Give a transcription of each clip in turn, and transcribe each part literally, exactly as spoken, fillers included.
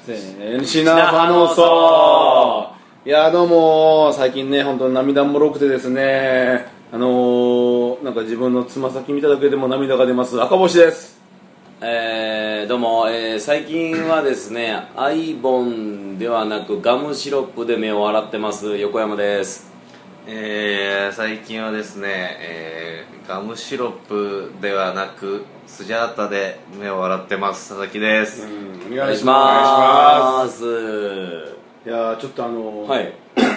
天使な花の層。いやどうも最近ね本当に涙もろくてですね、あのー、なんか自分のつま先見ただけでも涙が出ます赤星です。 えー、どうも、えー、最近はですねアイボンではなくガムシロップで目を洗ってます横山です。 えー、最近はですね、えー、ガムシロップではなくスジャータで目を洗ってます佐々木です。 うん、 お願いします。 いやちょっとあのー、 はい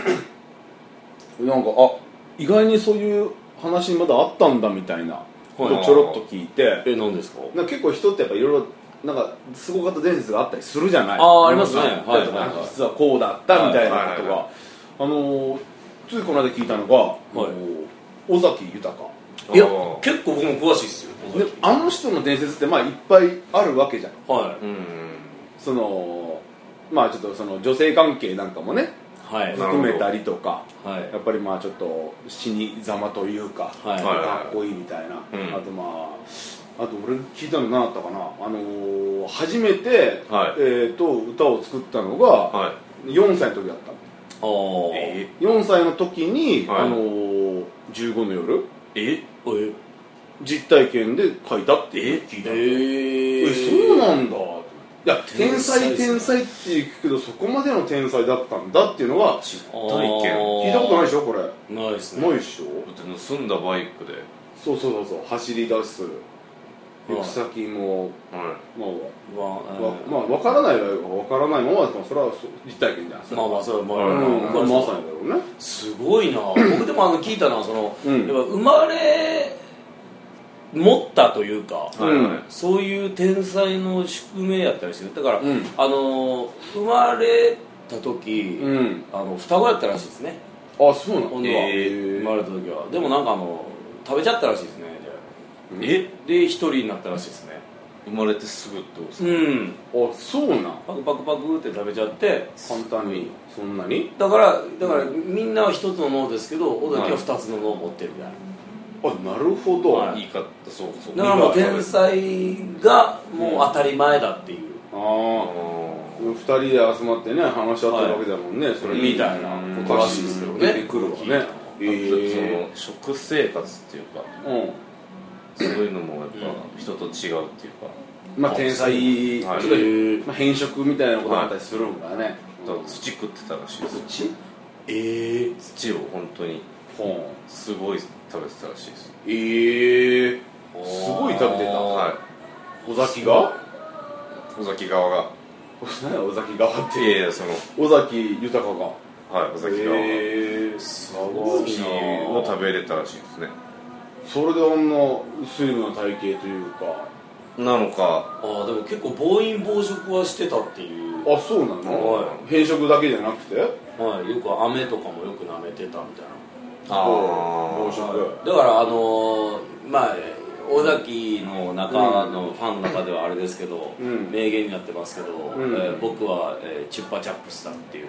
なんかあ意外にそういう話まだあったんだみたいなことをちょろっと聞いて、 え、何ですか？ なんか結構人ってやっぱいろいろなんかすごかった伝説があったりするじゃない。 ああ、ありますね。 はいはいはいはい、 実はこうだったみたいなことが、 はいはいはい、 あのー、ついこの間聞いたのが、はい、尾崎豊。 いや結構僕も詳しいですよ。 であの人の伝説ってまあいっぱいあるわけじゃん。 はい。 うん、 そのまあちょっとその女性関係なんかもね、 はい、 含めたりとか、 はい、 やっぱりまあちょっと死に様というか、はい、かっこいいみたいな、うん、あとまああと俺聞いたの何だったかな、あのー、初めて、はい、えー、と歌を作ったのが、はい、よんさいの時だったの。えー、よんさいの時に、はい、あのー、じゅうごの夜ええ実体験で書いたって聞いたの。えー、えそうなんだ。いや天才天才って聞くけどそこまでの天才だったんだっていうのは実体験聞いたことないでしょこれ。 ないですね。 ないでしょ。 だって盗んだバイクでそうそうそうそう走り出す行く先も、はい、まあわ、まあ、分からないは分からないままそれは実体験じゃないですか。 まあまあそれはまあ、 うん、まあ、まさにだろうね。 すごいな僕でもあの聞いたのはその、うん、やっぱ生まれ持ったというか、はいはい、そういう天才の宿命やったりしてる。だから、うん、あの生まれた時、うん、あの双子やったらしいですね。 あ、そうなの。 今度は、えー、生まれた時はでもなんかあの食べちゃったらしいですね。えで一人になったらしいですね。 生まれてすぐってことですか。うんあ、そうなん。 パクパクパクって食べちゃって簡単にそんなにだからだから、うん、みんなは一つの脳ですけど尾崎は二つの脳を持ってるみたいな。 あ、なるほど、 はい、言い方そうそうだからもう天才がもう当たり前だっていう、うん、 ああふたりで集まってね話し合ってるわけだもんね、はい、それみたいなことらしいですけどね。出てくるわね。 えー、その食生活っていうか、うん、そういうのもやっぱ人と違うっていうか、 まあ天才、はい、まあ、変色みたいなことだったりするんだね、はい、 だから土食ってたらしいです。 土？ えー、 土を本当にすごい食べてたらしいです。 えー、すごい食べてた。はい。尾崎が？ 尾崎側が。 何や尾崎側って。 いやいやその尾崎豊が。 はい、尾崎側が。 えー、すごい土を食べれたらしいですね。 それであんなスリムな体型というか。 なのか。 ああでも結構暴飲暴食はしてたっていう。 あ、そうなの？はい。変色だけじゃなくて？ はい、よく飴とかもよく舐めてたみたいな。 あ暴食。 だからあのー、まあ尾崎の中のファンの中ではあれですけど、うん、名言になってますけど、うん、えー、僕は、えー、チュッパチャップスだっていう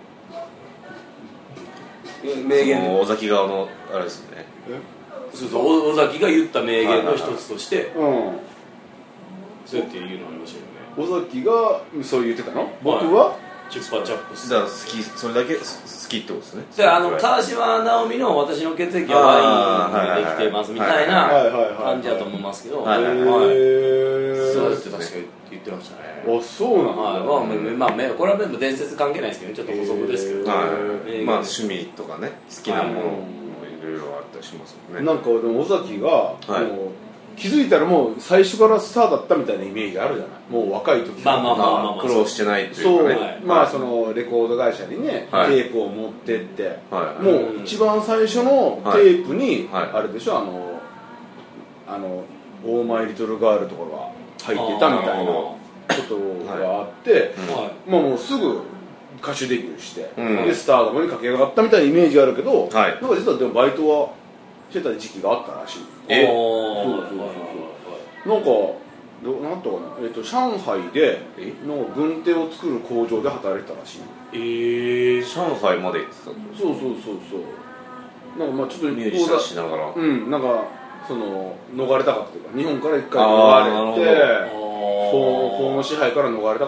の名言。尾崎側のあれですね。 そうそう尾崎が言った名言の一つとして、はいはいはい、うん、そうやって言うのありましたよね。 尾崎がそう言ってたの？僕は、はい、 チュッパチャップスだから好き、それだけ好きってことですね。 であの川島直美の私の血液はワインでできてますみたいな感じだと思いますけど、はいはいはい、そうですって確か言ってましたね。 あ、そうなんだ。 はい、まあ、まあ、これは全部伝説関係ないですけど、ちょっと補足ですけど、 はい、まあ趣味とかね、好きなものもいろいろあったりしますもんね。 なんかでも尾崎が、はい、もう気づいたらもう最初からスターだったみたいなイメージあるじゃない。もう若い時から、 まあまあまあまあ、 苦労してないというかね。 そう、はい、まあそのレコード会社にね、はい、テープを持ってって、はい、もう一番最初のテープに、はい、あれでしょ、あのあのオーマイリトルガールとかが入ってたみたいなことがあって、はい、まあもうすぐ歌手デビューして、うん、でスターダムに駆け上がったみたいなイメージがあるけど、はい、なんか実はでもバイトはしてた時期があったらしい。 えそうそうそうそう。なんかどなんとかな、えっと上海での軍手を作る工場で働いてたらしい。 えー、上海まで行ってた。 そうそうそうそう。なんかまあちょっとミュージシャンしながら、 うん、なんかその逃れたかったというか、日本から一回逃れて法の支配から逃れたかったなっ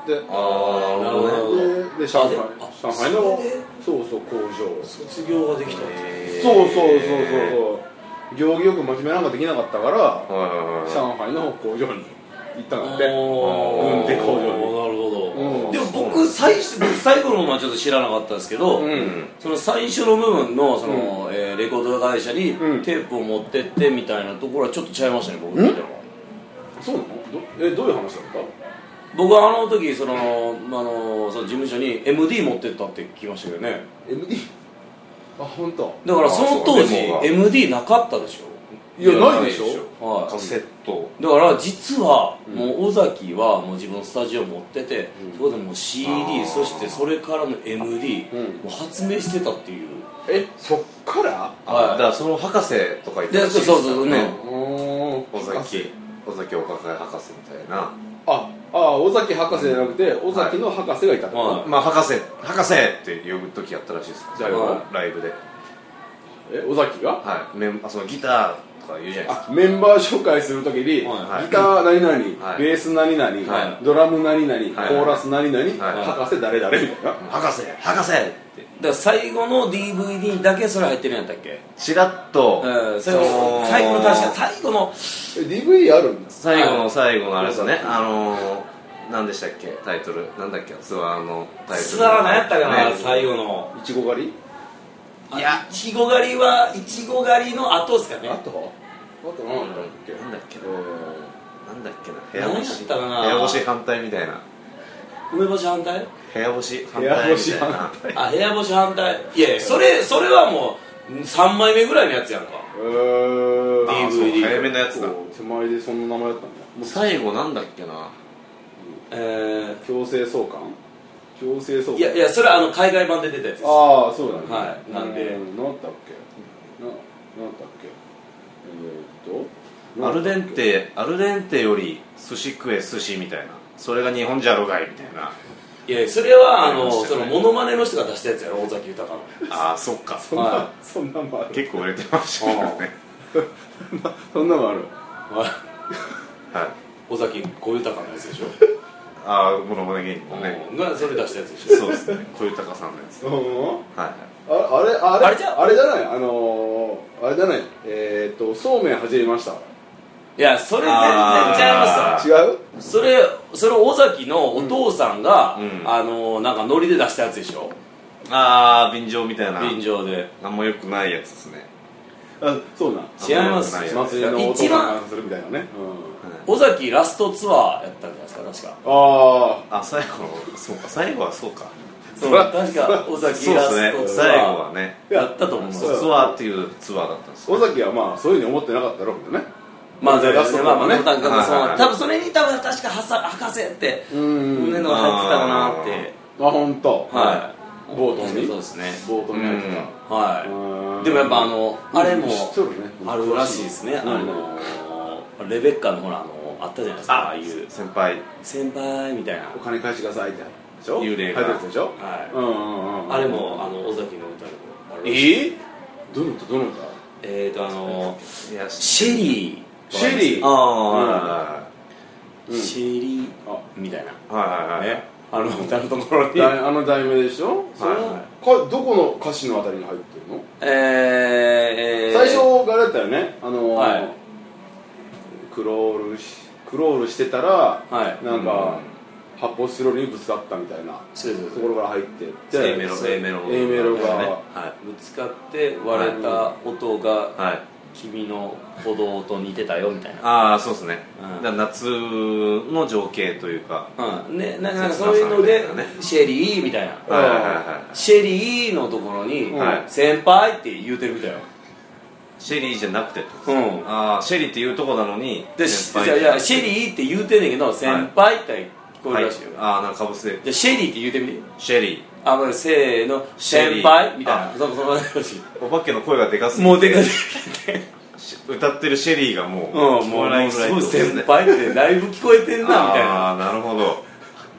ってああなるほどでで上海上海のそうそう工場卒業ができたんですそうそうそうそうそう行儀よく真面目なんかできなかったから上海の工場に行ったんだって軍手工場に。 なるほど、うん、でも僕最初僕最後のままちょっと知らなかったんですけど、うん、その最初の部分のその、うんえー、レコード会社にテープを持ってってみたいなところはちょっと違いましたね僕見ても。 そうなの？どえどういう話だった？ 僕はあの時その、あのその事務所に エムディー 持ってったって聞きましたけどね。 エムディー？ あ本当。 だからその当時 エムディー なかったでしょ。 いやないでしょ、 はい、カセットだから実はもう尾崎はもう自分のスタジオ持ってて、うん、そこでもう シーディー そしてそれからの エムディー、うん、もう発明してたっていう。 えそっから？ はい、だからその博士とか言ってたらしいですそうそうね尾崎尾崎おかかい博士みたいな。 ああ尾崎博士じゃなくて尾崎の博士がいたと、 はい、まあ博士博士って呼ぶ時やったらしいです。じゃあライブでえ尾崎がはいメンあそのギターとか言うじゃないですか。 メンバー紹介するときに、はい、ギター何々、はい、ベース何々、はい、ドラム何々、はい、コーラス何々、はい、博士誰々みたいな、 博士博士ってだから最後の ディーブイディー だけそれ入ってるんやったっけ？ チラッと、 うん、その最後の確か最後のディーブイディー あるんです最後の最後のあれですね、あのー何でしたっけタイトルなんだっけツアーのタイトルツアー何やったかな、ね、最後のいちご狩りいやいちご狩りはいちご狩りの後ですかね。 あとあと何だっけなんだっけな、えー、なんだっけな部屋干し部屋干し反対みたいな梅干し反対部屋干し反対みたいなあ部屋干し反対いやいやそれそれはもうさんまいめぐらいのやつやんか。 えー、 ディーブイディー早めのやつだ。 手前でそんな名前だったんだ。 もう最後なんだっけなえー、強制送還強制送還いやいやそれはあの海外版で出たやつです。 ああそうだね。 はいなんで何だったっけな何だっけえー、っとアルデンテアルデンテより寿司食え寿司みたいなそれが日本じゃろがいみたいな。 いやそれはあの、ね、そのモノマネの人が出したやつやろ尾崎豊の。 ああそっかそんな、はい、そんなもある結構売れてましたけどねそんなもあるはい尾崎小豊のやつでしょああモノマネ芸人もねがそれ出したやつでしょそうですね小豊さんのやつはいあれあれあれじゃあれじゃないあのー、あれじゃないえっ、ー、とそうめん始めました。 いやそれ全然ちゃいますよ。違うそれそれ尾崎のお父さんが、うん、あのー、なんかノリで出したやつでしょ。 ああ便乗みたいな便乗であんま良くないやつですね。 あそうな違います。 祭りのお父さんがするみたいなね、 うん、尾崎ラストツアーやったんじゃないですか確か。 ああ最後そうか最後はそうかそう確か尾崎ラストツアー、 ね、最後はねやったと思うんですツアーっていうツアーだったんです尾崎はまあそういうふうに思ってなかったろうけどね。 まあラストまあまあね多分それに多分確か博士って胸のが入ってたかなってあ本当はい冒頭にそうですね冒頭に入ってたはいでもやっぱあのあれもあるらしいですねあのレベッカのほらあのあったじゃないですかああいう先輩先輩みたいなお金返してくださいって幽霊が入ってるでしょはいあれもあの尾崎の歌でもえーどの歌どの歌えっとあのシェリーシェリーああシェリーみたいなはいはいはいあの歌のところにあの題名でしょ。そのかどこの歌詞のあたりに入ってるの？ えー最初があれだったよねあのクロールしクロールしてたらなんか発泡スチロールにぶつかったみたいなところから入ってって A メロ A メロ A メロがぶつかって割れた音が君の鼓動と似てたよみたいな。 ああそうですね、うん、だ夏の情景というか、 うんね、なんかそういうので、ね、シェリーみたいな、はいはいはいはい、シェリーのところに、うん、先輩って言うてるみたいな。 シェリーじゃなくてってことですか、 うん、ああシェリーって言うとこなのにで先輩いやいやシェリーって言うてんねんけど先輩って聞こえるらしいよ、 はい、ああなんかかぶせてじゃシェリーって言うてみてシェリーあのせーの先輩みたいなそんな感じ。 お化けの声がでかすぎてもうでかすぎて歌ってるシェリーがもううんもうすごい先輩ってだいぶ聞こえてんなみたいな。 ああなるほど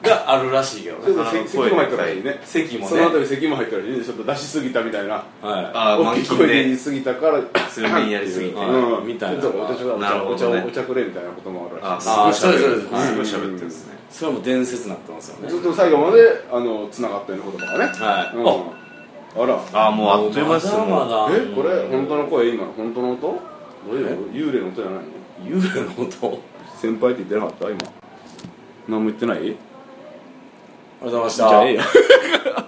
があるらしいけどね。 咳も入ったらしいね。 咳もね。 その後に咳も入ったらしいね。ちょっと出しすぎたみたいな。 はい。 あ大きい声で言いすぎたから強めにやりすぎて、 うん、 みたいな。 ちょっとお茶お茶お茶くれみたいなこともあるらしい。 ああ、 そうですそうです。 すごい喋ってるんですね。 それはもう伝説になってますよね。 ずっと最後まであの繋がったような言葉がね。 はい。 あら。 ああ、もうあっという間ですよ。 まだまだ。 え、これ本当の声今本当の音？どういう幽霊の音じゃないの？ 幽霊の音？ 先輩って言ってなかった今？何も言ってない？ ありがとうございました。 じゃあええや。